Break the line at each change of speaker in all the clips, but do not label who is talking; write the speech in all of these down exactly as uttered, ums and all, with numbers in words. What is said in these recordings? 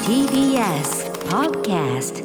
ティービーエス Podcast。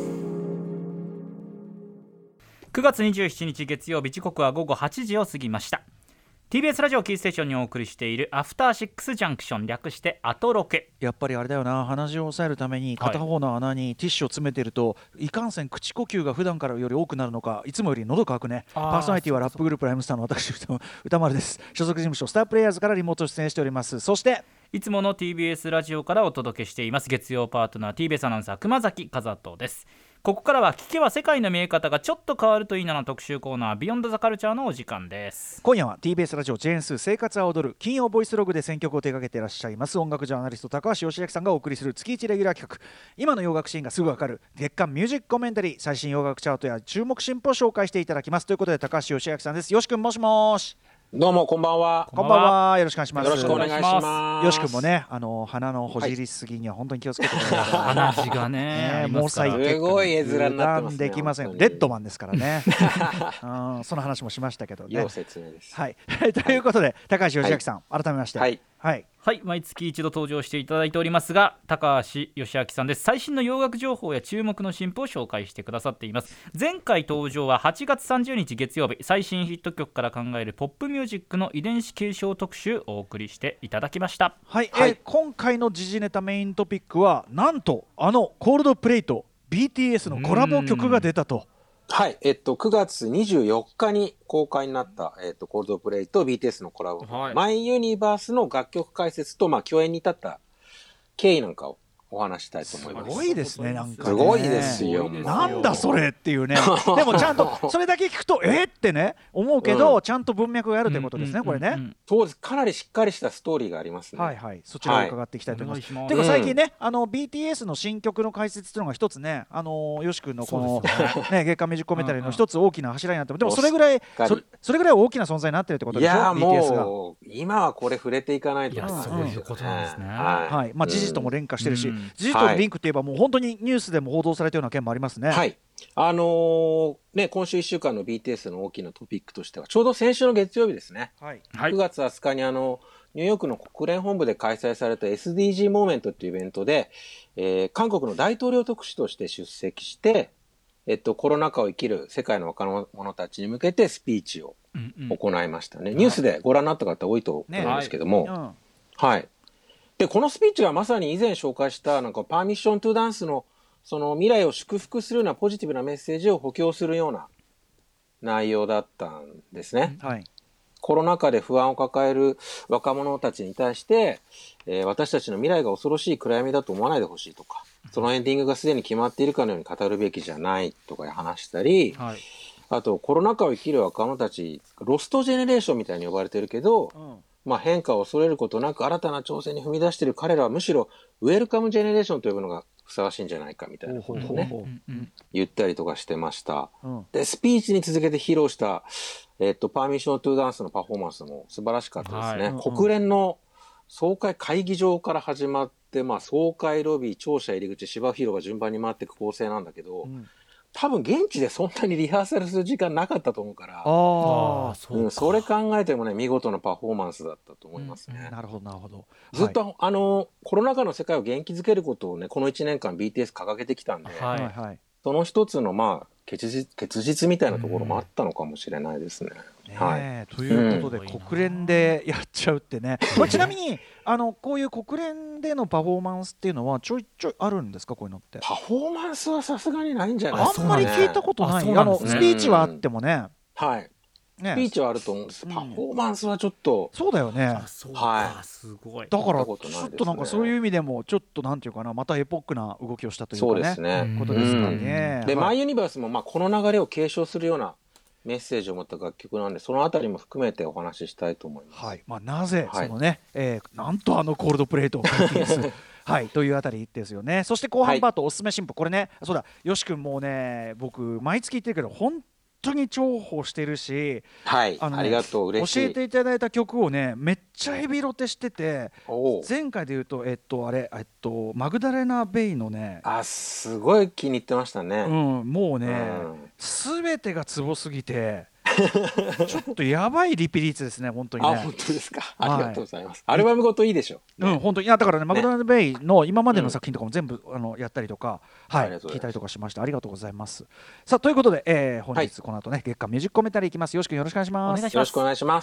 くがつにじゅうしちにち月曜日、時刻は午後はちじを過ぎました。 ティービーエス ラジオキーステーションにお送りしているアフターシックスジャンクション、略してアトロケ。
やっぱりあれだよな、鼻血を抑えるために片方の穴にティッシュを詰めてると、はい、いかんせん口呼吸が普段からより多くなるのか、いつもより喉乾くね。パーソナリティはラップグループライムスターの私歌丸です。所属事務所スタープレイヤーズからリモート出演しております。そして
いつもの ティービーエス ラジオからお届けしています月曜パートナー ティービーエス アナウンサー熊崎和人です。ここからは聞けば世界の見え方がちょっと変わるといいなの特集コーナー、ビヨンドザカルチャーのお時間です。
今夜は ティービーエス ラジオジェーンスー生活は踊る金曜ボイスログで選曲を手掛けていらっしゃいます音楽ジャーナリスト高橋義明さんがお送りする月いちレギュラー企画、今の洋楽シーンがすぐわかる月間ミュージックコメンタリー、最新洋楽チャートや注目新譜を紹介していただきます。ということで高橋義明さんです。よし君、もしもし。
どうもこんばんは。
こんばんは、よろしくお願いします。
よろしくお願いします。
よし君もね、あの鼻のほじりすぎには本当に気をつけてください。
鼻血がね、
毛細血
すごい絵面になってますね。
できません。レッドマンですからね。うん、その話もしましたけどね。
要説明です。
はい。ということで高橋義明さん、はい、改めまして。
はい
はい
はい、毎月一度登場していただいておりますが、高橋義明さんです。最新の洋楽情報や注目の新譜を紹介してくださっています。前回登場ははちがつさんじゅうにち月曜日、最新ヒット曲から考えるポップミュージックの遺伝子継承特集をお送りしていただきました。
はい、はい、えー、今回の時事ネタメイントピックはなんとあのコールドプレイと ビーティーエス のコラボ曲が出たと。
はい、えっと、くがつにじゅうよっかに公開になった、えっと、コールドプレイと ビーティーエス のコラボ、はい、マイユニバースの楽曲解説と、まあ、共演に至った経緯なんかをお話したいと思います。
すごいですね、なんかね。
すごいですよ。
なんだそれっていうね。でもちゃんとそれだけ聞くとえーってね思うけど、うん、ちゃんと文脈があるってことですね、うん、これね、うん、
そうです。かなりしっかりしたストーリーがありますね。
はいはい、そちらを伺っていきたいと思います。はい、ていうか最近ね、あの ビーティーエス の新曲の解説というのが一つね、あのよし君のこのね月間ミュージックコメンタリーの一つ大きな柱になっても、でもそれぐらいそれ、それぐらい大きな存在になってるってことでしょ。いや
ビーティーエス がもう今はこれ触れていかないと。いや、
そういうことなんですね。
はいはい、まあ事実とも連携してるし、うん、事実とリンクといえばもう本当にニュースでも報道されたような件もありますね。
はい、あのー、ね、今週いっしゅうかんの ビーティーエス の大きなトピックとしてはちょうど先週の月曜日ですね、はい、くがつはつかにあのニューヨークの国連本部で開催された エスディージー モーメントというイベントで、えー、韓国の大統領特使として出席して、えっと、コロナ禍を生きる世界の若者たちに向けてスピーチを行いましたね。うんうん、ニュースでご覧になった方多いと思うんですけども、ね、はい、うんはい、でこのスピーチはまさに以前紹介したなんかパーミッショントゥダンスのその未来を祝福するようなポジティブなメッセージを補強するような内容だったんですね。はい、コロナ禍で不安を抱える若者たちに対して、えー、私たちの未来が恐ろしい暗闇だと思わないでほしいとか、そのエンディングがすでに決まっているかのように語るべきじゃないとか話したり、はい、あとコロナ禍を生きる若者たちロストジェネレーションみたいに呼ばれてるけど、うんまあ、変化を恐れることなく新たな挑戦に踏み出している彼らはむしろウェルカムジェネレーションと呼ぶのがふさわしいんじゃないかみたいなことをね言ったりとかしてました。うん、でスピーチに続けて披露した、えー、っとパーミッショントゥダンスのパフォーマンスも素晴らしかったですね。はい、国連の総会会議場から始まって、まあ、総会ロビー庁舎入り口芝生広場順番に回っていく構成なんだけど、うん多分現地でそんなにリハーサルする時間なかったと思うから、あそ, うん、それ考えてもね見事なパフォーマンスだったと思いますね。
うん、なるほどなるほど。
ずっと、はい、あのコロナ禍の世界を元気づけることをねこのいちねんかん ビーティーエス 掲げてきたんで、はいはい、その一つのまあ結実、結実みたいなところもあったのかもしれないですね。
ねはい、ということで、うん、国連でやっちゃうってねこれちなみにあのこういう国連でのパフォーマンスっていうのはちょいちょいあるんですか、こういうのって。
パフォーマンスはさすがにないんじゃないですか、
ね、あんまり聞いたことない。ああのスピーチはあってもね、うん、
はいね、スピーチはあると思うんです、うん、パフォーマンスはちょっと
そうだよね。
はい、すごい。
だからちょっとなんかそういう意味でもちょっとなんていうかな、またエポックな動きをしたというかね、
そうですね
ことですかね。
で、
はい、
マイユニバースもまあこの流れを継承するようなメッセージを持った楽曲なんで、そのあたりも含めてお話ししたいと思います。
はい、まあ、なぜそのね、はいえー、なんとあのコールドプレイとはいというあたりですよね。そして後半パート、はい、おすすめ新譜、これね、そうだ、よし君もうね僕毎月言ってるけど本当に重宝してるし、
はい、あのね、ありがとう、嬉しい。
教えていただいた曲をねめっちゃヘビロテしてて、前回で言うとえっとあれえっとマグダレナ・ベイのね、
あすごい気に入ってましたね。
うん、もうね、うん、全てがツボすぎてちょっとやばいリピ率ですね本当にね。
あ、本当ですか。ありがとうございます、はい、アルバムごといいでしょ、
ね、うん本当に。いやだからねマクドナルドベイの今までの作品とかも全部、うん、あのやったりとか、はい、聞いたりとかしました。ありがとうございます。さあということで、えー、本日この後ね、はい、月間ミュージックコメンタリーいきます。よろしくよろしくお願いします。
よろしくお願いします。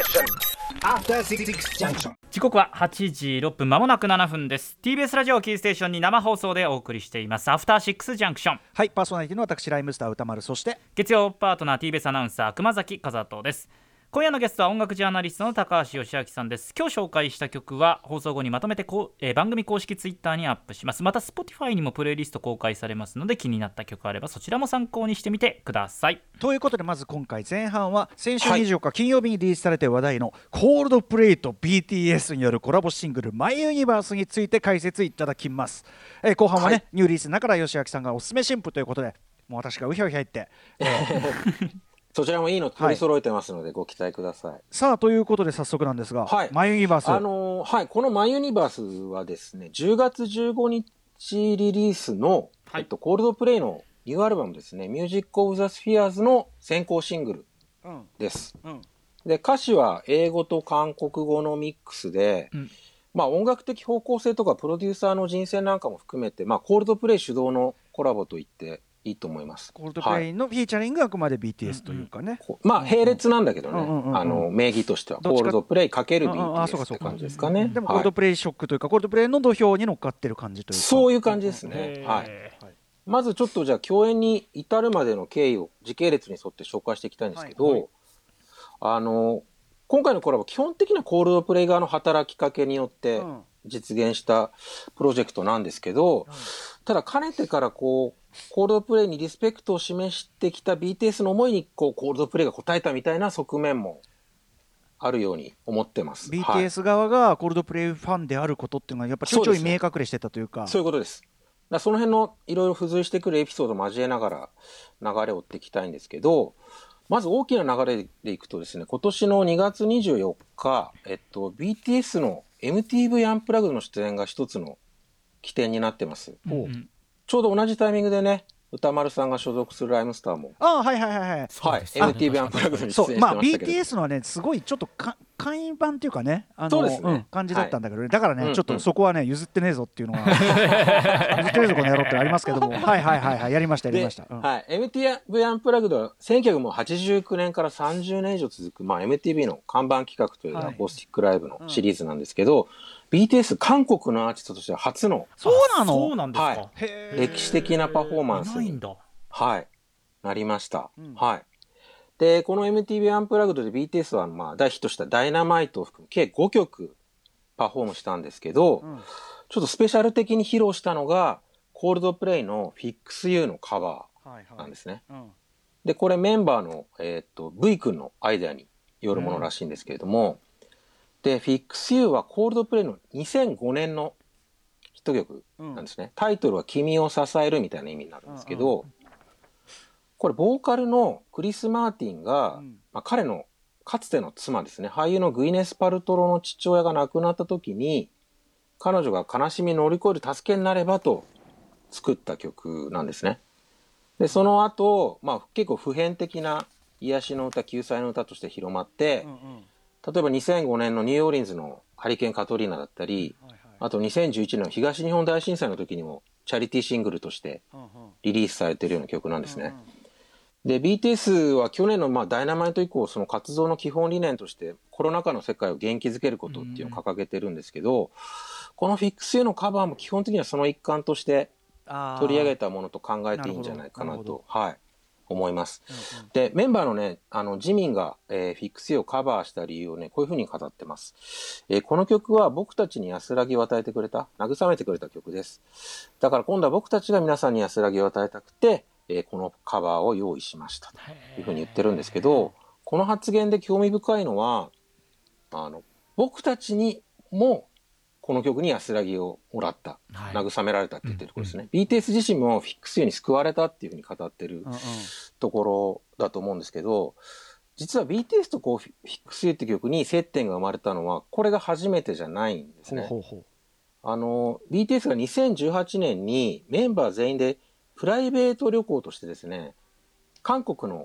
時刻ははちじろっぷん、まもなくななふんです。 ティービーエス ラジオキーステーションに生放送でお送りしていますアフターシックスジャンクション。
はい、パーソナリティの私ライムスター歌丸、そして
月曜パートナー ティービーエス アナウンサー熊崎和人です。今夜のゲストは音楽ジャーナリストの高橋義明さんです。今日紹介した曲は放送後にまとめてこう、えー、番組公式ツイッターにアップします。また Spotify にもプレイリスト公開されますので、気になった曲あればそちらも参考にしてみてください。
ということでまず今回前半は先週にじゅうよっか金曜日にリリースされて話題のコールドプレイと ビーティーエス によるコラボシングルマイユニバースについて解説いただきます。えー、後半はね、はい、ニューリリースの中から義明さんがおすすめ新譜ということで、もう私がうひゃうひゃ言って、えー
そちらもいいの取り揃えてますのでご期待ください、はい、
さあということで早速なんですが、はい、マイユニバース、
あのーはい、このマイユニバースはですねじゅうがつじゅうごにちリリースの、はい、えっと、コールドプレイのニューアルバムですね、ミュージックオブザスフィアーズの先行シングルです、うんうん、で歌詞は英語と韓国語のミックスで、うん、まあ、音楽的方向性とかプロデューサーの人選なんかも含めて、まあ、コールドプレイ主導のコラボといっていいと思います。
コールドプレイのフィーチャリングがあくまで ビーティーエス というかね、うんうん、
まあ並列なんだけどね、うんうんうん、あの名義としてはコールドプレイかける ビーティーエス って感じですかね。
でもコールドプレイショックというか、はい、コールドプレイの土俵に乗っかってる感じというか、
そういう感じですね、はい、まずちょっとじゃあ共演に至るまでの経緯を時系列に沿って紹介していきたいんですけど、はいはい、あの今回のコラボ基本的にはコールドプレイ側の働きかけによって実現したプロジェクトなんですけど、うん、ただかねてからこうコールドプレイにリスペクトを示してきた ビーティーエス の思いにこうコールドプレイが応えたみたいな側面もあるように思ってます。
ビーティーエス 側がコールドプレイファンであることっていうのはやっぱちょいちょい見え隠れしてたというか、
そういうことです。だその辺のいろいろ付随してくるエピソードを交えながら流れを追っていきたいんですけど、まず大きな流れでいくとですね、今年のにがつにじゅうよっか、えっと、ビーティーエス の エムティーブイ アンプラグの出演が一つの起点になってます、うん、ちょうど同じタイミングでね歌丸さんが所属するライムスターも、
ああはいはいはいはい、はい、エムテ
ィーブイ アンプラグに出演してましたけど、
まあ、ビーティーエス のはねすごいちょっとか簡易版っていうかね、あのそうですね、うん、感じだったんだけど、ね、はい、だからね、うんうん、ちょっとそこはね譲ってねえぞっていうのは譲ってねえぞこの野郎ってありますけどもはいはいはいはいやりましたやりました、うん、
はい、エムティーブイ アンプラグではせんきゅうひゃくはちじゅうきゅうねんからさんじゅうねん以上続く、まあ、エムティーブイ の看板企画というアコースティックライブのシリーズなんですけど、はい、うん、ビーティーエス 韓国のアーティストとしては初の、
そうなの、
そうなんですか、はい、
歴史的なパフォーマンスにはい、なりました、うん、はい。でこの エムティーブイ アンプラグドで ビーティーエス はまあ大ヒットしたダイナマイトを含む計ごきょくパフォームしたんですけど、うん、ちょっとスペシャル的に披露したのがコールドプレイの フィックスユー のカバーなんですね、はいはい、うん、でこれメンバーの、えー、と V 君のアイデアによるものらしいんですけれども、うん、で フィックスユー はコールドプレイのにせんごねんのヒット曲なんですね、うん、タイトルは君を支えるみたいな意味になるんですけど、うんうん、これボーカルのクリス・マーティンが、うん、まあ、彼のかつての妻ですね、俳優のグイネス・パルトロの父親が亡くなった時に彼女が悲しみ乗り越える助けになればと作った曲なんですね。でその後、まあ結構普遍的な癒しの歌、救済の歌として広まって、うんうん、例えばにせんごねんのニューオーリンズのハリケーン・カトリーナだったり、はいはい、あとにせんじゅういちねんの東日本大震災の時にもチャリティーシングルとしてリリースされているような曲なんですね、うんうん、で ビーティーエス は去年のまあダイナマイト以降、その活動の基本理念としてコロナ禍の世界を元気づけることっていうのを掲げてるんですけど、うん、この フィックスユー のカバーも基本的にはその一環として取り上げたものと考えていいんじゃないかなと、はい、思います、うんうん、でメンバーのねあのジミンが、えー、フィックスユー をカバーした理由をねこういうふうに語ってます、えー、この曲は僕たちに安らぎを与えてくれた、慰めてくれた曲です。だから今度は僕たちが皆さんに安らぎを与えたくて、えー、このカバーを用意しましたというふうに言ってるんですけど、この発言で興味深いのはあの僕たちにもこの曲に安らぎをもらった、はい、慰められたって言ってるところですね、うんうん、ビーティーエス 自身もフィックスユーに救われたっていうふうに語ってる、うんうん、ところだと思うんですけど、実は ビーティーエス とこうフィックスユーって曲に接点が生まれたのはこれが初めてじゃないんですね。ほうほう、あの ビーティーエス がにせんじゅうはちねんにメンバー全員でプライベート旅行としてですね、韓国の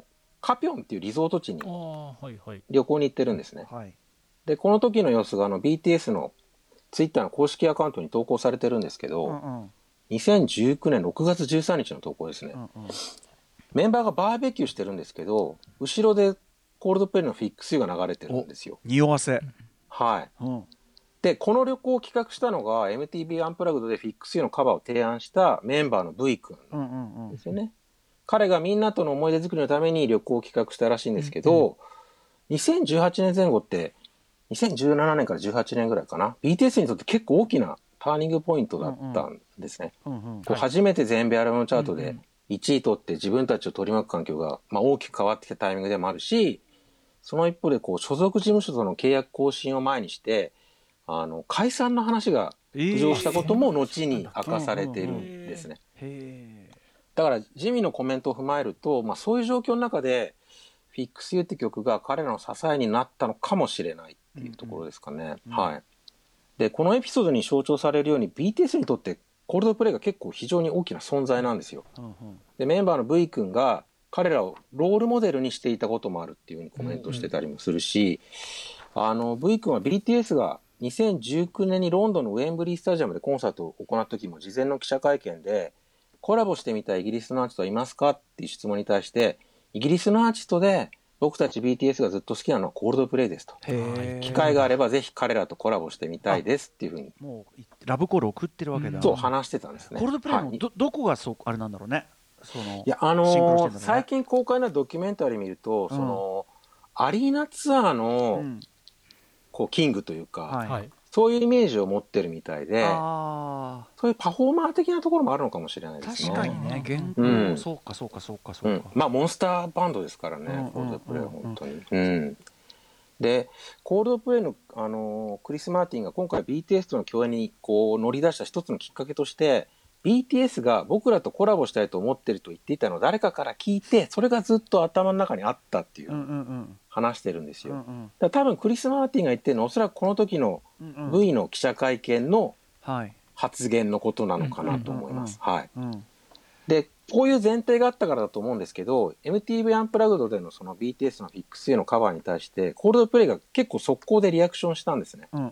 カピョンっていうリゾート地に
はいはい
旅行に行ってるんですね。
はい、
でこの時の様子があの ビーティーエス のツイッターの公式アカウントに投稿されてるんですけど、
うんうん、
にせんじゅうきゅうねんろくがつじゅうさんにちの投稿ですね、うんうん、メンバーがバーベキューしてるんですけど後ろでコールドプレイのフィックスユーが流れてるんですよ。
匂わせ、
はい、うん、でこの旅行を企画したのが エムティービー アンプラグドでフィックスユーのカバーを提案したメンバーの V 君ですよね、うんうんうん、彼がみんなとの思い出作りのために旅行を企画したらしいんですけど、うんうん、にせんじゅうはちねんぜん後ってにせんじゅうななねんからじゅうはちねんぐらいかな ビーティーエス にとって結構大きなターニングポイントだったんですね、うんうん、こう初めて全米アルバムチャートでいちい取って自分たちを取り巻く環境が、まあ、大きく変わってきたタイミングでもあるしその一方でこう所属事務所との契約更新を前にしてあの解散の話が浮上したことも後に明かされているんですね、えー、だからジミーのコメントを踏まえると、まあ、そういう状況の中でフィックスユーって曲が彼らの支えになったのかもしれないっていうところですかね、うんうん、はい。でこのエピソードに象徴されるように ビーティーエス にとってコールドプレイが結構非常に大きな存在なんですよ、うんうん、でメンバーの V 君が彼らをロールモデルにしていたこともあるっていうふうにコメントしてたりもするし、うんうん、あの V 君は ビーティーエス がにせんじゅうきゅうねんにロンドンのウェンブリースタジアムでコンサートを行った時も事前の記者会見でコラボしてみたいイギリスのアーティストはいますかっていう質問に対してイギリスのアーティストで僕たち ビーティーエス がずっと好きなのはコールドプレイですと機会があればぜひ彼らとコラボしてみたいですっていうふうに
もうラブコール送ってるわけだ、
そう話してたんですね。
コールドプレイの ど,、はい、どこがそうあれなんだろうねその
いやあのー、最近公開のドキュメンタリー見ると、うん、そのアリーナツアーの、うん、こうキングというか、はい、そういうイメージを持ってるみたいであそういうパフォーマー的なところもあるのかもしれないですね。
確かにね原稿、うん、そうかそうかそうかそうか、
うん、まあモンスターバンドですからね、うん、コールドプレイは本当に、うんうん、でコールドプレイの、あのー、クリス・マーティンが今回 ビーティーエス との共演にこう乗り出した一つのきっかけとして ビーティーエス が僕らとコラボしたいと思ってると言っていたのを誰かから聞いてそれがずっと頭の中にあったっていう話してるんですよ、うんうん、だから多分クリス・マーティンが言ってるのはおそらくこの時の V の記者会見の発言のことなのかなと思います。でこういう前提があったからだと思うんですけど エムティーブイ アンプラグドでのその ビーティーエス のフィックスユーのカバーに対してコールドプレイが結構速攻でリアクションしたんですね、うんうん、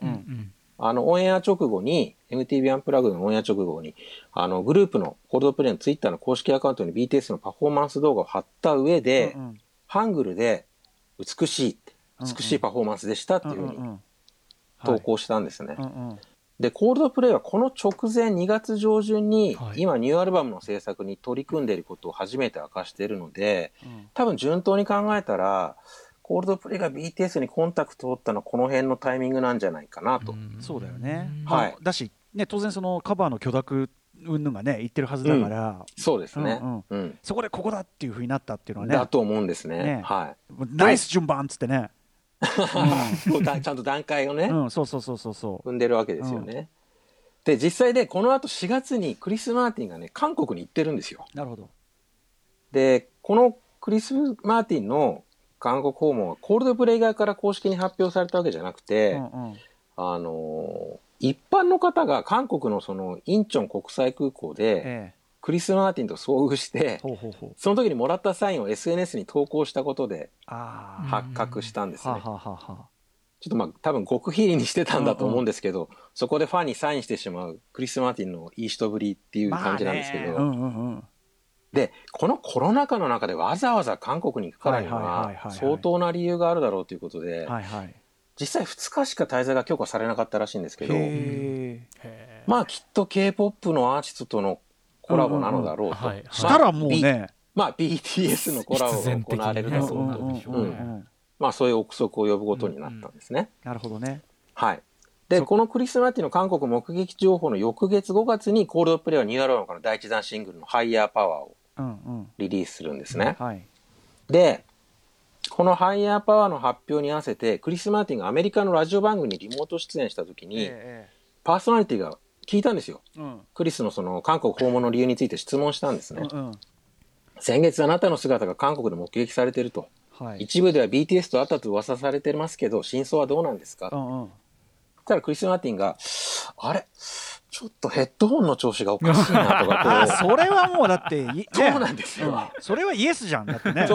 あのオンエア直後に エムティーブイ アンプラグドのオンエア直後にあのグループのコールドプレイのツイッターの公式アカウントに ビーティーエス のパフォーマンス動画を貼った上で、うんうん、ハングルで美しいって美しいパフォーマンスでしたっていうふうに投稿したんですね、うんうんはい、でコールドプレイはこの直前にがつ上旬に今ニューアルバムの制作に取り組んでいることを初めて明かしているので多分順当に考えたらコールドプレイが ビーティーエス にコンタクトを取ったのはこの辺のタイミングなんじゃないかなと。
そうだよね、はい、だし、ね、当然そのカバーの許諾云々がね言ってるはずだから、
うん、そうですね、うん
うんうん、そこでここだっていう風になったっていうのはね
だと思うんですね、ねはい、
ナイス順番っつってね
うん、ちゃんと段階をね、
うん、そうそうそうそうそう
踏んでるわけですよね、うん、で実際でこの後しがつにクリス・マーティンがね韓国に行ってるんですよ。
なるほど。で
このクリス・マーティンの韓国訪問はコールドプレイ側から公式に発表されたわけじゃなくて、うんうん、あの一般の方が韓国のそのインチョン国際空港で、ええ、クリス・マーティンと遭遇してほうほうほうその時にもらったサインを エスエヌエス に投稿したことで発覚したんですね。ははははちょっとまあ多分極秘裏にしてたんだと思うんですけど、うんうん、そこでファンにサインしてしまうクリス・マーティンのいい人ぶりっていう感じなんですけど、まあねうんうんうん、でこのコロナ禍の中でわざわざ韓国に行くからには相当な理由があるだろうということで、はいはい、実際ふつかしか滞在が許可されなかったらしいんですけどまあきっと K-ポップ のアーティストとのコラボなのだろうと、うんうんうんはい、
したらもうね、
まあ、ビーティーエス のコラボが行われるだろうと、まあそういう憶測を呼ぶことになったんですね、
うんうん、なるほどね。
はい。でこのクリス・マーティンの韓国目撃情報の翌月ごがつにコールドプレイはニューアルバムから第一弾シングルのハイヤーパワーをリリースするんですね、うんうんはい、でこのハイヤーパワーの発表に合わせてクリス・マーティンがアメリカのラジオ番組にリモート出演した時に、ええ、パーソナリティが聞いたんですよ、うん、クリスのその韓国訪問の理由について質問したんですね、うんうん、先月あなたの姿が韓国で目撃されていると、はい、一部では ビーティーエス と会ったと噂されてますけど真相はどうなんですか、うんうん、そしたらクリス・マーティンがあれちょっとヘッドホンの調子がおかしいなとかこう
それはもうだって
そうなんですよ、
うん、それはイエスじゃんだってね
そう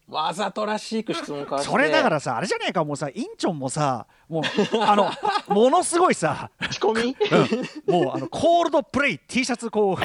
わざとらしく質問かわして、
それだからさあれじゃねえか、もうさインチョンもさもうあのものすごいさ
仕込み、
うん、もうあのコールドプレイ T シャツこう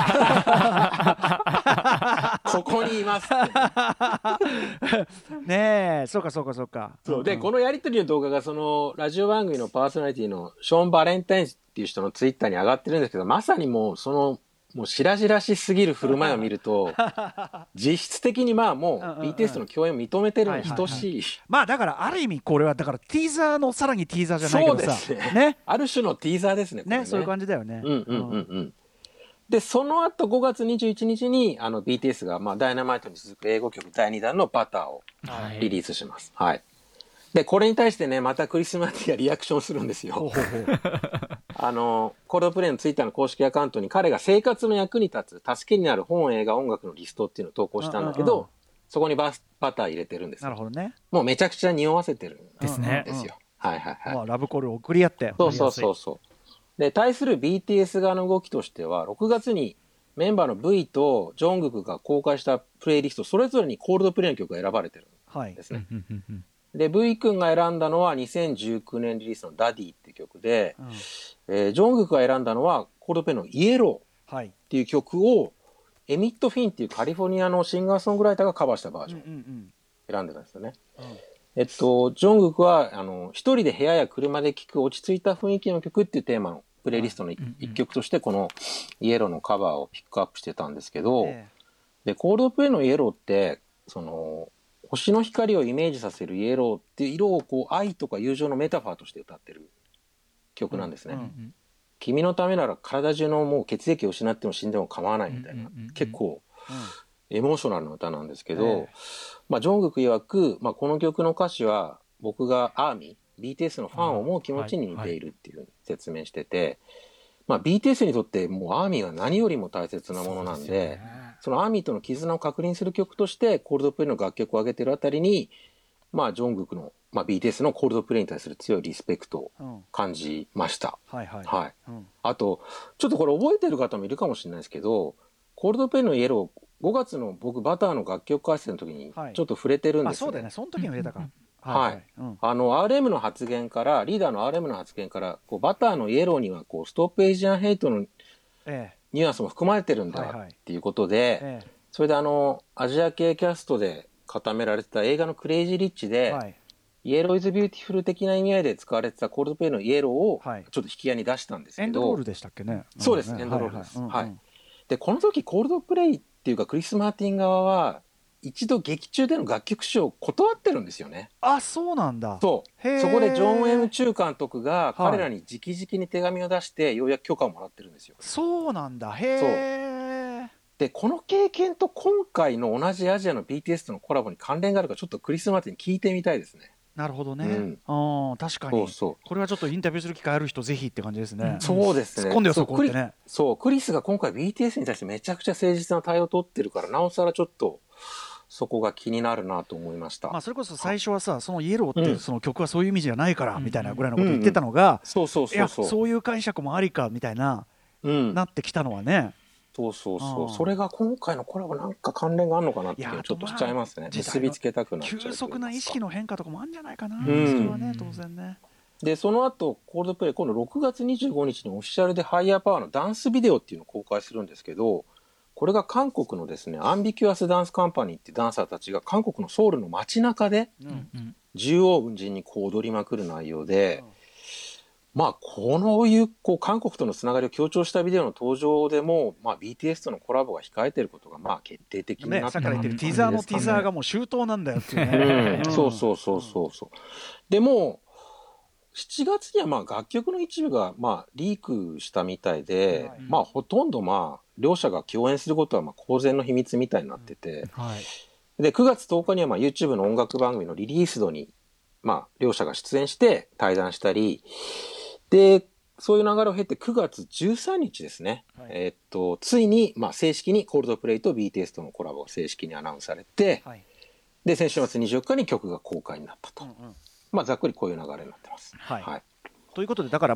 ここにいますって
ねえ、そうかそうかそうか。
そうで、うん、このやり取りの動画がそのラジオ番組のパーソナリティのショーン・バレンタインっていう人のツイッターに上がってるんですけど、まさにもうそのもう白々しすぎる振る舞いを見ると実質的にまあもう ビーティーエス の共演を認めてるに等しい、
まあだからある意味これはだからティーザーのさらにティーザーじゃないけどさ、
そうですね、
ね、
ある種のティーザーですね、これね、
ね、そういう感じだよね。
うんうんうんうん。でその後ごがつにじゅういちにちにあの ビーティーエス がまあダイナマイトに続く英語曲だいにだんのバターをリリースします。はい、はい、でこれに対してねまたクリス・マーティがリアクションするんですよ。ほうほうほうあのコールドプレイのツイッターの公式アカウントに彼が生活の役に立つ助けになる本、映画、音楽のリストっていうのを投稿したんだけど、うんうんうん、そこにバスバター入れてるんです。
なるほどね。
もうめちゃくちゃ匂わせてるんです
ね。
ですよ。はいはいはい。
まあ、ラブコールを送り合って。
そうそうそうそう。で対する ビーティーエス 側の動きとしてはろくがつにメンバーの V とジョングクが公開したプレイリストそれぞれにコールドプレイの曲が選ばれてるんですね。はいで V 君が選んだのはにせんじゅうきゅうねんリリースのダディっていう曲で、うんえー、ジョングクが選んだのはコールドプレイのイエローっていう曲を、はい、エミット・フィンっていうカリフォルニアのシンガーソングライターがカバーしたバージョンを選んでたんですよね。うんうんうん、えっとジョングクはあの一人で部屋や車で聴く落ち着いた雰囲気の曲っていうテーマのプレイリストの一曲としてこのイエローのカバーをピックアップしてたんですけど、えー、でコールドプレイのイエローってその星の光をイメージさせるイエローっていう色をこう愛とか友情のメタファーとして歌ってる曲なんですね、うんうん、君のためなら体中のもう血液を失っても死んでも構わないみたいな、うんうんうん、結構エモーショナルな歌なんですけど、えーまあ、ジョングク曰く、まあ、この曲の歌詞は僕がアーミー ビーティーエス のファンを思う気持ちに似ているっていうふうに説明してて、はいはいまあ、ビーティーエス にとってもうアーミーは何よりも大切なものなんで、そのアーミーとの絆を確認する曲としてコールドプレイの楽曲を上げてるあたりに、まあ、ジョングクの、まあ、ビーティーエス のコールドプレイに対する強いリスペクトを感じました、うんはいはいはいうん、あとちょっとこれ覚えてる方もいるかもしれないですけどコールドプレイのイエローごがつの僕バターの楽曲解説の時にちょっと触れてるんですよ、ねはい、あそうだよね
その時に触れたか
はい、はいうん、あの アールエム の発言からリーダーの アールエム の発言からこうバターのイエローにはこうストップエイジアンヘイトのニュアンスも含まれてるんだっていうことで、ええ、それであのアジア系キャストで固められてた映画のクレイジーリッチで、はい、イエローイズビューティフル的な意味合いで使われてたコールドプレイのイエローをちょっと引き合いに出したんですけど、
エンドロールでしたっけね。
そうです、ね、エンドロールです、はいはいうんうん、でこの時コールドプレイっていうかクリス・マーティン側は一度劇中での楽曲使用を断ってるんですよね。
あ、そうなんだ。
そうそこでジョン・エム・チュー監督が彼らに直々に手紙を出してようやく許可をもらってるんですよ。
そうなんだ。へー。
でこの経験と今回の同じアジアの ビーティーエス とのコラボに関連があるかちょっとクリス・マーティンに聞いてみたいですね。
なるほどね、うん、あ確かにそうそうこれはちょっとインタビューする機会ある人ぜひって感じですね、うん、
そうですね
突っ込んでよそこってね。
そうクリスが今回 ビーティーエス に対してめちゃくちゃ誠実な対応を取ってるからなおさらちょっとそこが気になるなと思いました。
まあ、それこそ最初はさそのイエローっていうその曲はそういう意味じゃないからみたいなぐらいのこと言ってたのがそういう解釈もありかみたいな、うん、なってきたのはね。
そうそうそうそれが今回のコラボなんか関連があるのかなっていうのちょっとしちゃいますね。結びつけたくなっちゃう
急速な意識の変化とかもあるんじゃないかな、うん、それはね当然ね。
でその後コールドプレイ今度ろくがつにじゅうごにちにオフィシャルでハイヤーパワーのダンスビデオっていうのを公開するんですけどこれが韓国のですねアンビキュアスダンスカンパニーっていうダンサーたちが韓国のソウルの街中で縦横無尽にこう踊りまくる内容で、うんまあこのいうこう韓国とのつながりを強調したビデオの登場でも、まあ、ビーティーエス とのコラボが控えていることがまあ決定的になって、
ね、さっきから言ってるティザーのティザーがもう周到なんだよっていうね、
うん、そうそうそうそうそうでもしちがつにはまあ楽曲の一部がまあリークしたみたいで、はい、まあほとんどまあ両者が共演することはまあ公然の秘密みたいになってて、うんはい、でくがつとおかにはまあ YouTube の音楽番組のリリース度にまあ両者が出演して対談したりでそういう流れを経てくがつじゅうさんにちですね、はいえー、っとついにまあ正式にコールドプレイと ビーティーエス とのコラボが正式にアナウンスされて、はい、で先週末にじゅうよっかに曲が公開になったと、うんうんまあ、ざっくりこういう流れになってます。
はいはい、ということでだからまあ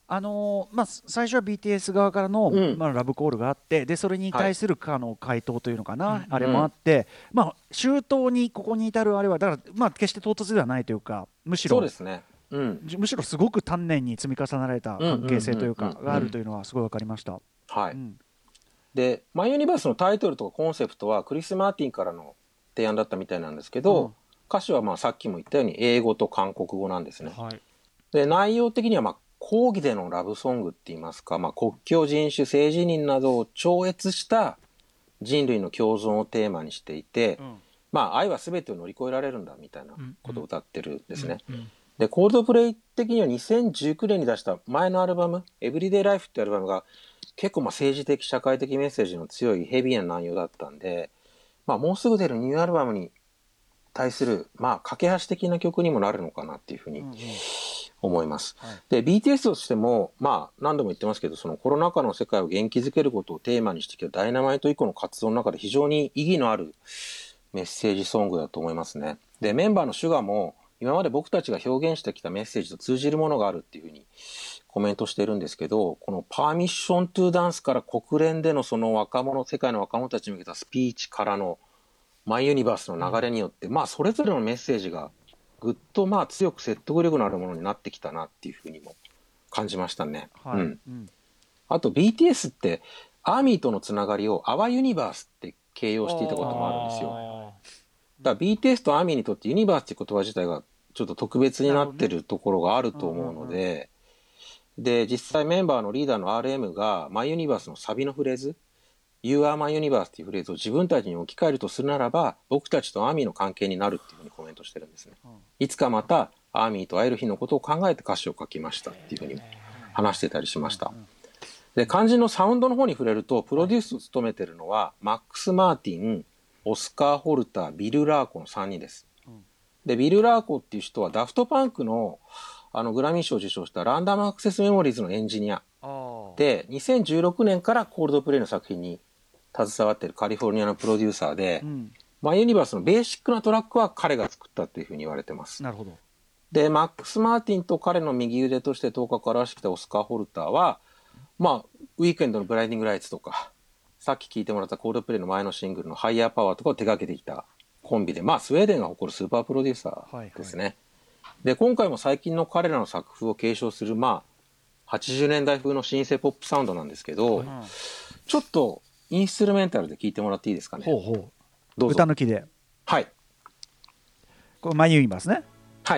あのーまあ、最初は ビーティーエス 側からの、
うん
まあ、ラブコールがあってでそれに対するかの回答というのかな、
はい、
あれもあって、うんまあ、周到にここに至るあれはだから、まあ、決して唐突ではないというかむしろ
そうですね、うん、
むしろすごく丹念に積み重ねられた関係性というかがあるというのはすごい分かりました。
はい、
うん、
でマイユニバースのタイトルとかコンセプトはクリス・マーティンからの提案だったみたいなんですけど、うん、歌詞はまあさっきも言ったように英語と韓国語なんですね、はい、で内容的にはまあ講義でのラブソングって言いますか、まあ、国境人種性自認などを超越した人類の共存をテーマにしていて、うんまあ、愛は全てを乗り越えられるんだみたいなことを歌ってるんですね、うんうん、でコールドプレイ的にはにせんじゅうきゅうねんに出した前のアルバムエブリデイライフっていうアルバムが結構まあ政治的社会的メッセージの強いヘビーな内容だったんで、まあ、もうすぐ出るニューアルバムに対するまあ架け橋的な曲にもなるのかなっていうふうに、うんうん思います、はい、で ビーティーエス としても、まあ、何度も言ってますけどそのコロナ禍の世界を元気づけることをテーマにしてきたダイナマイト以降の活動の中で非常に意義のあるメッセージソングだと思いますね。でメンバーのシュガーも今まで僕たちが表現してきたメッセージと通じるものがあるっていうふうにコメントしてるんですけどこのパーミッショントゥダンスから国連でのその若者世界の若者たちに向けたスピーチからのマイユニバースの流れによって、まあ、それぞれのメッセージがぐっとまあ強く説得力のあるものになってきたなっていうふうにも感じましたね、はいうんうん、あと ビーティーエス ってアーミーとのつながりを Our Universe って形容していたこともあるんですよ。だから ビーティーエス とアーミーにとってユニバースっていう言葉自体がちょっと特別になってるところがあると思うので、で実際メンバーのリーダーの アールエム が My Universe のサビのフレーズYou are my universe っていうフレーズを自分たちに置き換えるとするならば僕たちとアーミーの関係になるっていうふうにコメントしてるんですね、うん、いつかまたアーミーと会える日のことを考えて歌詞を書きましたっていうふうに話してたりしました。で肝心のサウンドの方に触れるとプロデュースを務めてるのはマックス・マーティン、オスカー・ホルター、ビル・ラーコのさんにんです。でビル・ラーコっていう人はダフトパンクのあのグラミー賞を受賞したランダムアクセスメモリーズのエンジニアでにせんじゅうろくねんからコールドプレイの作品に携わっているカリフォルニアのプロデューサーで、うん、マイユニバースのベーシックなトラックは彼が作ったというふうに言われてます。
なるほど。
でマックス・マーティンと彼の右腕として頭角を現してきたオスカー・ホルターは、まあ、ウィークエンドのブライディング・ライツとかさっき聴いてもらったコールドプレイの前のシングルのハイヤーパワーとかを手掛けてきたコンビで、まあ、スウェーデンが誇るスーパープロデューサーですね、はいはい、で今回も最近の彼らの作風を継承する、まあ、はちじゅうねんだい風のシンセポップサウンドなんですけど、はい、ちょっとインストゥルメンタルで聴いてもらっていいですかね。
ほうほう。
どうぞ。
歌抜きで。
はい。
これマイユニバースね。
はい。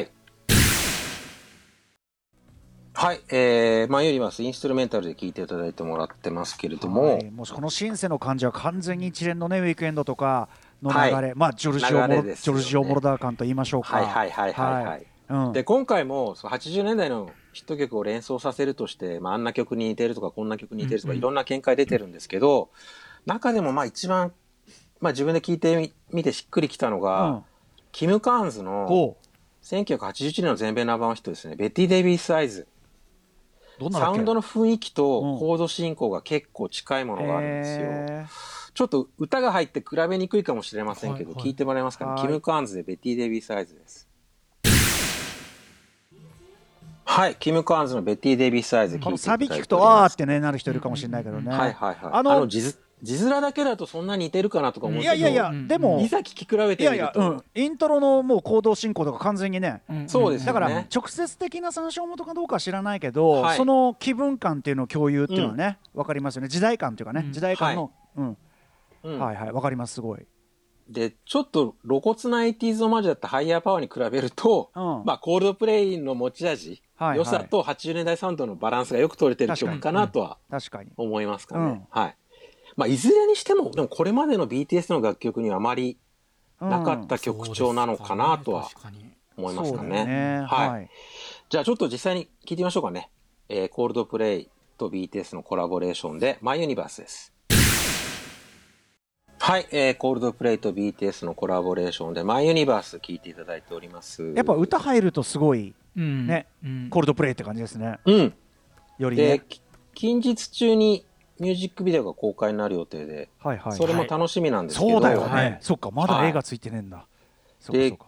はい、えー、マイユニバースインストゥルメンタルで聴いていただいてもらってますけれども、はい、
もうこのシンセの感じは完全に一連のねウィークエンドとかの流れ、はい、まあジョルジオモロ、ね、ジョルジオモロダー感と言いましょうか。
はいはいはいはいはい。はいうん、で今回もはちじゅうねんだいのヒット曲を連想させるとして、まあ、あんな曲に似てるとかこんな曲に似てるとか、うんうん、いろんな見解出てるんですけど、中でもまあ一番、まあ、自分で聞いてみてしっくりきたのが、うん、キム・カーンズのせんきゅうひゃくはちじゅういちねんの全米ナンバーワンヒットですね、ベティ・デイビス・アイズ。
どんな
サウンドの雰囲気とコード進行が結構近いものがあるんですよ、うん、ちょっと歌が入って比べにくいかもしれませんけど、はいはい、聞いてもらえますかね。キム・カーンズでベティ・デイビス・アイズです。はい、キム・カーンズのベティ・デイビス・アイズ聞いていただいております。この
サビ聞くとあーってねなる人いるかもしれないけどね、
はいはいはい、あの、あの字面だけだとそんなに似てるかなとか思うけど、
いやいやいやでも
いざ聞き比べてみると、いやいや、うん、
イントロのもう行動進行とか完全にね、
うん、そうですよね。
だから直接的な参照元かどうかは知らないけど、はい、その気分感っていうのを共有っていうのはね、うん、分かりますよね。時代感っていうかね、うん、時代感の、はいうんうん、はいはい分かります。すごい。
でちょっと露骨なエイティーズオマージュだったハイヤーパワーに比べると、うんまあ、コールドプレイの持ち味、はいはい、良さとはちじゅうねんだいサウンドのバランスがよく取れてる曲かなとは思いますかね、うんはいまあ、いずれにしてもでもこれまでの ビーティーエス の楽曲にはあまりなかった曲調なのかなとは思いますかね、
ね
はい
はい、
じゃあちょっと実際に聞いてみましょうかね、えー、コールドプレイと ビーティーエス のコラボレーションでマイユニバースです。はい、えー、コールドプレイと ビーティーエス のコラボレーションでマイユニバース聴いていただいております。
やっぱ歌入るとすごい、うんねうん、コールドプレイって感じですね。
うん
よりね
で近日中にミュージックビデオが公開になる予定で、はいはいはい、それも楽しみなんですけど、
そうだよね、はい、そっかまだ映画ついてねえんだ、はい、そうかそうか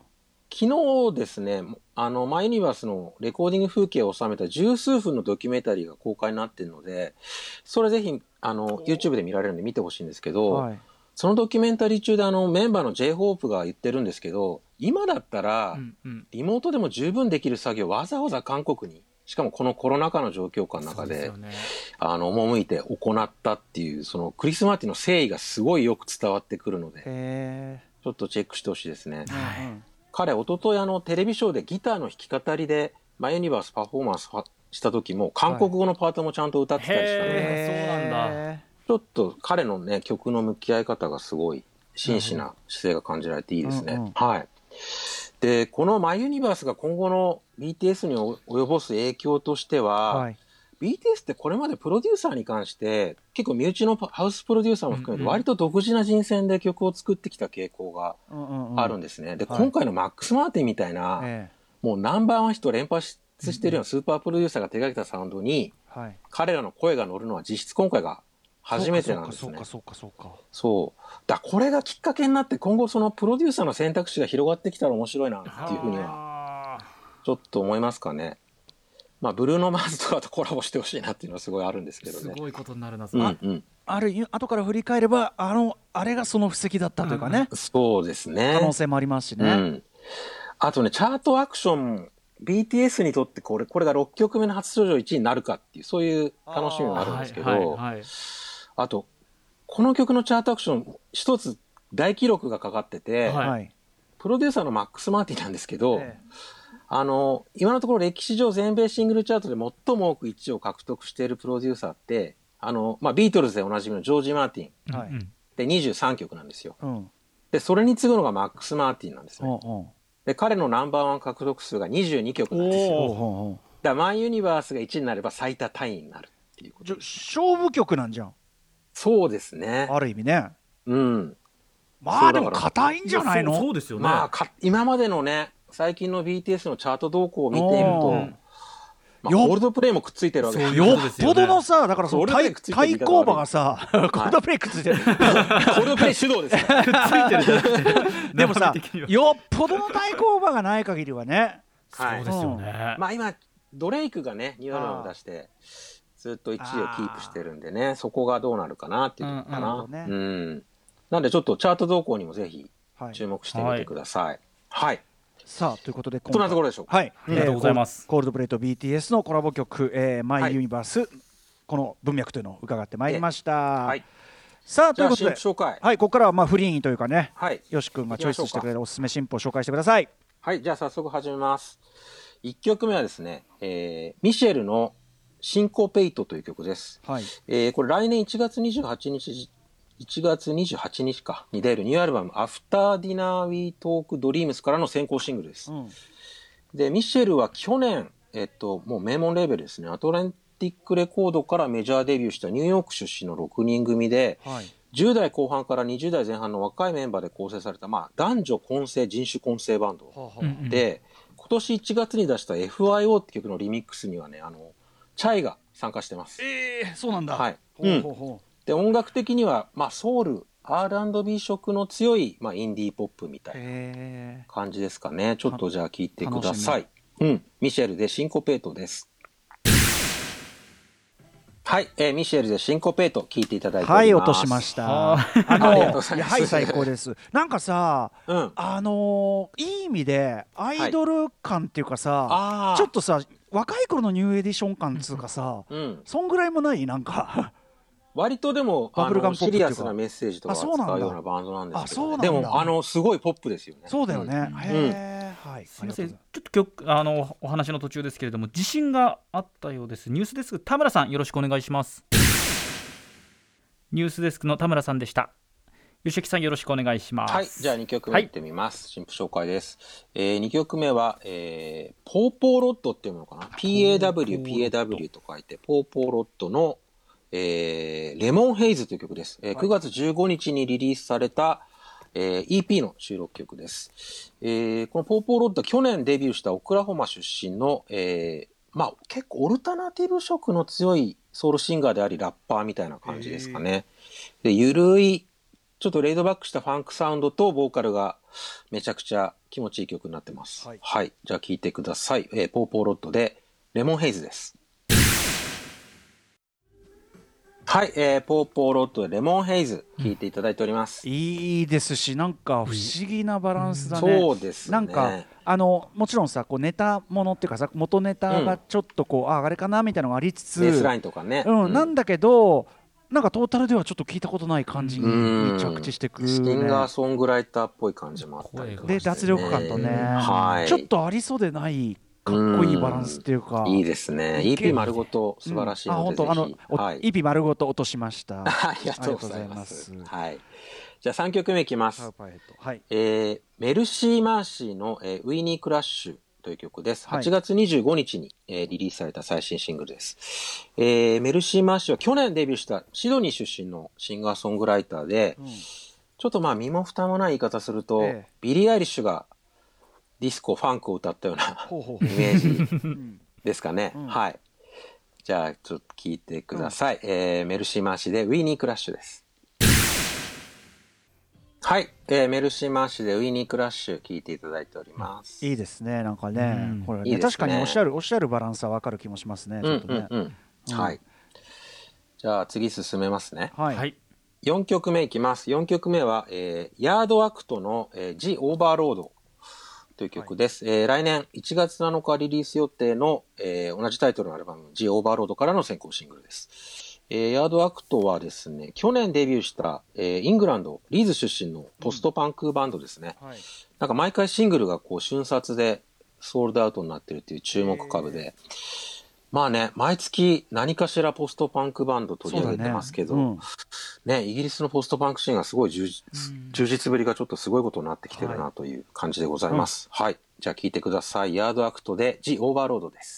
昨日ですね、あの、マイユニバースのレコーディング風景を収めた十数分のドキュメンタリーが公開になっているので、それぜひ、あの、YouTube で見られるんで見てほしいんですけど、はい、そのドキュメンタリー中であの、メンバーの J-ホープ が言ってるんですけど、今だったら、リモートでも十分できる作業をわざわざ韓国に、しかもこのコロナ禍の状況下の中で、でね、あの、赴いて行ったっていう、そのクリス・マーティンの誠意がすごいよく伝わってくるので、ちょっとチェックしてほしいですね。はい、彼、一昨日あの、テレビショーでギターの弾き語りで、マイユニバースパフォーマンスした時も、韓国語のパートもちゃんと歌ってたりしたので、
はい、そうなんだ。ち
ょっと彼のね、曲の向き合い方がすごい真摯な姿勢が感じられていいですね。うんうん、はい。で、このマイユニバースが今後の ビーティーエス に及ぼす影響としては、はい、ビーティーエス ってこれまでプロデューサーに関して結構身内のハウスプロデューサーも含めて割と独自な人選で曲を作ってきた傾向があるんですね。で、今回のマックス・マーティンみたいな、はい、もうナンバーワンヒット連発してるようなスーパープロデューサーが手掛けたサウンドに、はい、彼らの声が乗るのは実質今回が初めてなんですね。
そうかそうかそうかそうか。
そう。だこれがきっかけになって今後そのプロデューサーの選択肢が広がってきたら面白いなっていうふうにはちょっと思いますかね。まあブルーノ・マーズとかとコラボしてほしいなっていうのはすごいあるんですけどね。
すごいことになるな。
うんうん、ある後から振り返ればあのあれがその布石だったというかね。
うん、そうですね。
可能性もありますしね。うん、
あとねチャートアクション ビーティーエス にとってこれこれがろっきょくめの初登場いちいになるかっていうそういう楽しみもあるんですけど、あ,、はいはいはい、あとこの曲のチャートアクション一つ大記録がかかってて、はい、プロデューサーのマックス・マーティンなんですけど、ええ、あの今のところ歴史上全米シングルチャートで最も多くいちいを獲得しているプロデューサーってあの、まあ、ビートルズでおなじみのジョージ・マーティン、はい、でにじゅうさんきょくなんですよ、うん、でそれに次ぐのがマックス・マーティンなんですね、うんうん、で彼のナンバーワン獲得数がにじゅうにきょくなんですよ。だからマイユニバースがいちいになれば最多タイになるっていうこと。
勝負曲なんじゃん。
そうですね。
ある意味ね。
うん。
まあでも硬いんじゃないの。
そうですよね。
まあか今までのね最近の ビーティーエス のチャート動向を見ていると、まあ、コールドプレイもくっついてるわけです
よ。よっぽどのさだからその対対抗馬がさコールドプレイくっついてる。コ
ールドプレイ主導です。くっついてるじゃなく
て。でもさよっぽどの対抗馬がない限りはね。
はい、そうですよね。
まあ今ドレイクがねニューアルバムを出して。ずっといちいをキープしてるんでね、そこがどうなるかなっていうのかな。うん、ね、うん。なんでちょっとチャート動向にもぜひ注目してみてください。はい。はい、
さあということで
今回どんなところでしょうか。
はい。
ありがとうございます。
コールドプレイと ビーティーエス のコラボ曲、えー、マイユニバース、はい、この文脈というのを伺ってまいりました。はい。さあということで、
紹介
はい、ここからはまあフリーにというかね、はい、よし君がチョイスしてくれるおすすめ新譜を紹介してください。
はい、じゃあ早速始めます。いっきょくめはですね、えー、ミシェルのシンコペイトという曲です、はい、えー、これ来年いちがつにじゅうはちにちいちがつにじゅうはちにちかに出るニューアルバムアフターディナーウィートークドリームスからの先行シングルです、うん、でミシェルは去年、えっと、もう名門レーベルですねアトランティックレコードからメジャーデビューしたニューヨーク出身のろくにん組で、はい、じゅう代後半からにじゅう代前半の若いメンバーで構成された、まあ、男女混成人種混成バンド、はあはあ、で今年いちがつに出した エフアイオー って曲のリミックスにはねあのチャイが参加してます。
えー、そうなんだ。
はい。ほうほうほう。うん、で音楽的にはまあソウル、アールアンドビー 色の強いまあインディーポップみたいな感じですかね。ちょっとじゃあ聴いてください。うん。ミシェルでシンコペイトです。はい、えー、ミシェルでシンコペイト聴いていただいております。
はい、落としました。あの
ありがとうございます。
はい、最高です。なんかさ、うん、あのー、いい意味でアイドル感っていうかさ、はい、ちょっとさ若い頃のニューエディション感つうかさ、うん、そんぐらいもないなんか
割とでもバブルガンポップシリアスなメッセージとか扱うようなバンドなんですけど、ね、でもあのすごいポップですよね。
そうだよね、うん、へー、はい、
すみませんちょっと曲あのお話の途中ですけれども地震があったようです。ニュースデスク田村さんよろしくお願いします。ニュースデスクの田村さんでした。吉木さんよろしくお願いします。
はい、じゃあにきょくめいってみます、はい、新譜紹介です、えー、にきょくめは、えー、ポーポーロットっていうのかな ピーエーダブリュー ピーエーダブリュー と書いてポーポーロットの、えー、レモンヘイズという曲です、えー、くがつじゅうごにちにリリースされた、えー、イーピー の収録曲です、えー、このポーポーロットは去年デビューしたオクラホマ出身の、えー、まあ結構オルタナティブ色の強いソウルシンガーでありラッパーみたいな感じですかね。でゆるいちょっとレイドバックしたファンクサウンドとボーカルがめちゃくちゃ気持ちいい曲になってます。はい。はい、じゃあ聴いてください。えー、ポーポーロッドでレモンヘイズです。はい、えー、ポーポーロッドでレモンヘイズ聴いていただいております、
うん、いいですし、なんか不思議なバランスだね、
うん、そうですね。
なんかあのもちろんさ、こうネタものっていうかさ、元ネタがちょっとこう、うん、ああれかなみたいなのがありつつ、
ベースラインとかね、
うんうん、なんだけどなんかトータルではちょっと聞いたことない感じに着地してくる、ね、
シンガーソングライターっぽい感じもあったりとかして、ね、
で脱力感とね、はい、ちょっとありそうでないかっこいいバランスっていうか、
いいですね。イーピー 丸ごと素晴らしいので、うん、あ、本当、
はい、イーピー 丸ごと落としました。
ありがとうございます。はい。じゃあさんきょくめいきます。はい、えー、メルシーマーシーの、えー、ウィニークラッシュという曲です。はちがつにじゅうごにちに、えー、リリースされた最新シングルです。えー、メルシーマーシーは去年デビューしたシドニー出身のシンガーソングライターで、うん、ちょっとまあ身も蓋もない言い方すると、えー、ビリー・アイリッシュがディスコ、ファンクを歌ったようなイメージですかね。うん、はい。じゃあ、ちょっと聞いてください。うん、えー、メルシーマーシーでウィニークラッシュです。はい、えー、メルシーマーシーでウィニークラッシュ聞いていただいております。
いいですね、なんかね。うん、これね、いいですね、確かにおっしゃる、おっしゃるバランスはわかる気もしますね。ちょっとね。うんうんうん、
はい。じゃあ、次進めますね。
はい。
よんきょくめいきます。よんきょくめは、えー、ヤードアクトの、えー、ジ・オーバーロード。という曲です、はい、えー、来年いちがつなのかリリース予定の、えー、同じタイトルのアルバム ジ・オーバーロードからの先行シングルです、えー、ヤードアクトはですね、去年デビューした、えー、イングランドリーズ出身のポストパンクバンドですね、うん、はい、なんか毎回シングルがこう瞬殺でソールドアウトになっているという注目株で、まあね、毎月何かしらポストパンクバンド取り上げてますけど、ね、うん、ね、イギリスのポストパンクシーンがすごい充実、うん、充実ぶりがちょっとすごいことになってきてるなという感じでございます。はい。うん、はい、じゃあ聴いてください。ヤードアクトで ジ・オーバーロードです。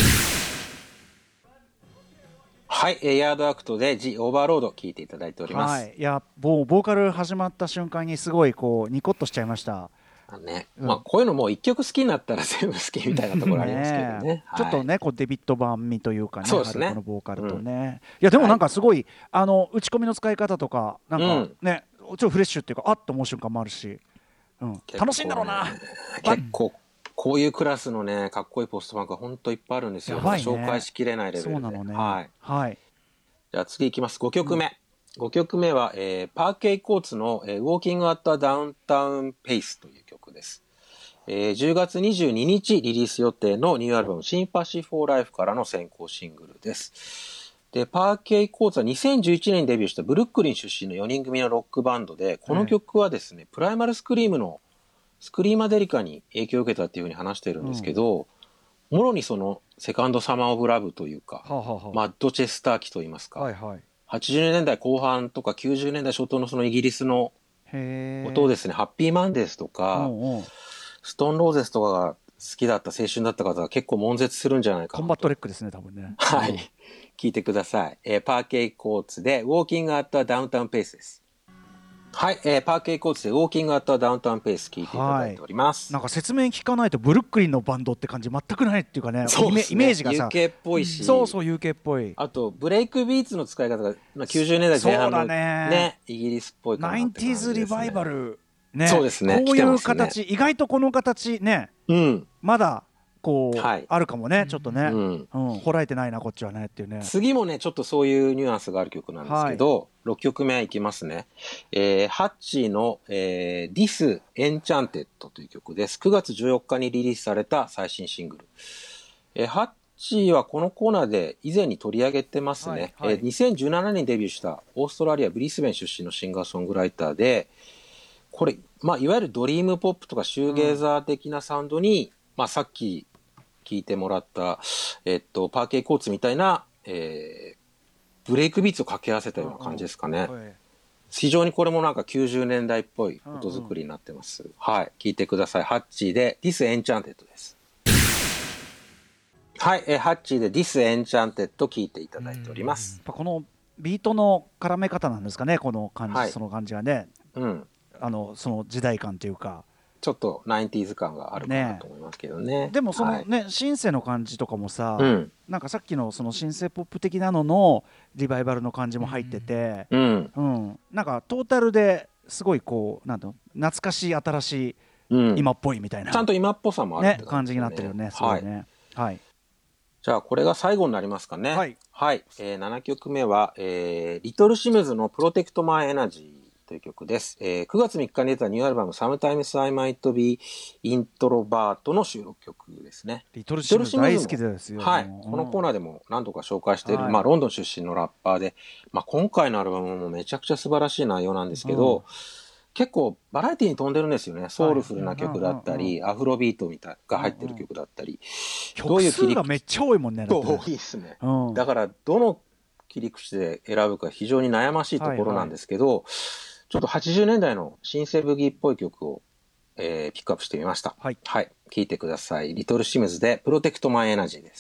はい、えー、ヤードアクトで ジ・オーバーロード聴いていただいております。はい。
いや、ボーカル始まった瞬間にすごいこうニコッとしちゃいました。
ね、うん、まあこういうのもう一曲好きになったら全部好きみたいなところありますけどね。ね、
はい、ちょっとねこうデビッド・バンミというかね、
そうですね、
このボーカルとね、うん、いやでもなんかすごい、はい、あの打ち込みの使い方とかなんかね、うん、ちょっとフレッシュっていうかあっと思う瞬間もあるし、うん、楽しいんだろうな。
結構こういうクラスのねかっこいいポストバンクが本当いっぱいあるんですよ。ね、紹介しきれないレベルで。そうなのね。はい。はい。じゃあ次いきます。ごきょくめ。うん、ごきょくめは、えー、パーケイコーツの、えー、ウォーキング・アット・ダウンタウン・ペースという曲です。えー、じゅうがつにじゅうににちリリース予定のニューアルバムシンパシー・フォー・ライフからの先行シングルです。で、パーケイコーツはにせんじゅういちねんにデビューしたブルックリン出身のよにん組のロックバンドで、この曲はですね、うん、プライマルスクリームのスクリーマデリカに影響を受けたっていうふうに話しているんですけど、うん、もろにそのセカンドサマーオブラブというか、はあはあ、マッドチェスター期といいますか、はいはい、はちじゅうねんだいこう半とかきゅうじゅうねんだい初頭のそのイギリスの音をですね、ハッピーマンデーズとか、うんうん、ストーンローゼスとかが好きだった青春だった方は結構悶絶するんじゃないかなと。
コンバットレックですね多分ね。
はい、うん、聞いてください。えー、パーケイコーツでウォーキングアットダウンタウンペースです。はい、えー、パーケイコーツでウォーキングアットダウンタウンペース聞いていただいております。
はい、なんか説明聞かないとブルックリンのバンドって感じ全くないっていうかね、そうですね、イメージがさ
ユーケー っぽいし、
そうそう ユーケー っぽい。
あとブレイクビーツの使い方が、まあ、きゅうじゅうねんだいぜん半の ね, ねイギリスっぽいかなって感じですね。ナインティーズリバイバルね、そうですね、こういう形、ね、意外とこの形ね、うん、まだこう、はい、あるかもね、ちょっとね、うんうん、ほらえてないなこっちはねっていうね。 次もねちょっとそういうニュアンスがある曲なんですけど、はい、ろっきょくめいきますね。えー、ハッチーの、えー、This Enchanted という曲です。くがつじゅうよっかにリリースされた最新シングル。えー、ハッチーはこのコーナーで以前に取り上げてますね。はいはい、えー、にせんじゅうななねんにデビューしたオーストラリアブリスベン出身のシンガーソングライターで、これ、まあ、いわゆるドリームポップとかシューゲーザー的なサウンドに、うん、まあ、さっき聞いてもらった、えっと、パーケイコーツみたいな、えー、ブレイクビーツを掛け合わせたような感じですかね。うんうん、非常にこれもなんかきゅうじゅうねんだいっぽい音作りになってます。うんうん、はい。聞いてください。ハッチーで This Enchanted です。はい。えー、ハッチーで This Enchanted 聞いていただいております。
このビートの絡め方なんですかね、この感じ、はい、その感じはね。うん。あの、その時代感というか。
ちょっとナインティーズ感があるかなと思いますけどね。
ね、でもそのね、はい、シンセの感じとかもさ、うん、なんかさっきのそのシンセポップ的なののリバイバルの感じも入ってて、うんうん、なんかトータルですごいこうなんだろう懐かしい新しい、うん、今っぽいみたいな
ちゃんと今っぽさもあるって
ね、感じになってるよね。すごいね。はい。はい、
じゃあこれが最後になりますかね。はい。はい、えー、ななきょくめは、えー、リトルシムズのプロテクトマイエナジーという曲です。えー、くがつみっかに出たニューアルバム Sometimes I Might Be Introvert の収録曲ですね。
リトルシムズ大好きですよ。
はい。このコーナーでも何度か紹介している、はい、まあロンドン出身のラッパーで、まあ今回のアルバムもめちゃくちゃ素晴らしい内容なんですけど、うん、結構バラエティに富んでるんですよね。ソウルフルな曲だったり、アフロビートみたいが入ってる曲だったり、
どういう曲数がめっちゃ多いもんね。
多いですね。うん、だからどの切り口で選ぶか非常に悩ましいところなんですけど、はいはい、ちょっとはちじゅうねんだいのシンセブギーっぽい曲を、えー、ピックアップしてみました。はい。はい。聴いてください。リトルシムズでプロテクトマイエナジーです。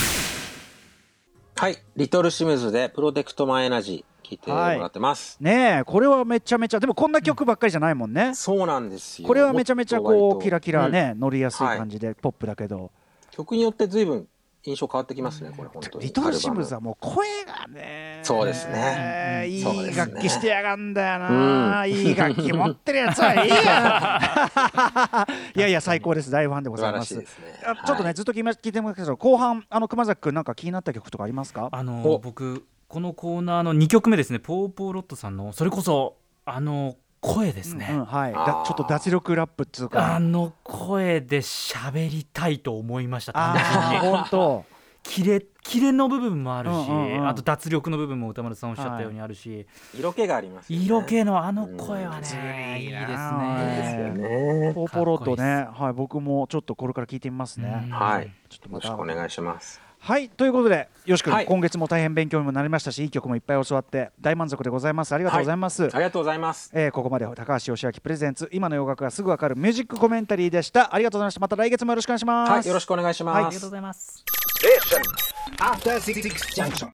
はい。リトルシムズでプロテクトマイエナジー聴いてもらってます。
はい、ねえ、これはめちゃめちゃ、でもこんな曲ばっかりじゃないもんね。うん、
そうなんですよ。
これはめちゃめちゃこう、キラキラね、うん、乗りやすい感じで、はい、ポップだけど。
曲によって随分印象変わってきますね、これ本当に。
リトルシムズはもう声がね、
そうですね、
いい楽器してやがんだよな、うん、いい楽器持ってるやつはいいやいやいや最高です、大ファンでございます。
ですね、
ちょっとね、はい、ずっと聞いてますけど、後半あの熊崎くんなんか気になった曲とかありますか？
あの僕このコーナーのにきょくめですね、ポーポーロットさんのそれこそあの声ですね、うんうん、
はい、だちょっと脱力ラップっていうか、
あの声で喋りたいと思いました。
単純に本当
キレキレの部分もあるし、うんうんうん、あと脱力の部分も歌丸さんおっしゃったようにあるし、はい、
色気がありますよね。
色気のあの声はね、うん、いいですね。
ポーポーロットね、はい、僕もちょっとこれから聞いてみますね。
はい、ちょっとまたよろしくお願いします。
はい、ということでよし君、はい、今月も大変勉強にもなりましたし、いい曲もいっぱい教わって大満足でございます。ありがとうございます。
はい、ありがとうございます。
えー、ここまで高橋義明プレゼンツ今の洋楽がすぐわかるミュージックコメンタリーでした。ありがとうございました。また来月もよろしくお願いします。
はい、よろしくお願いします。はい、
ありがとうございます。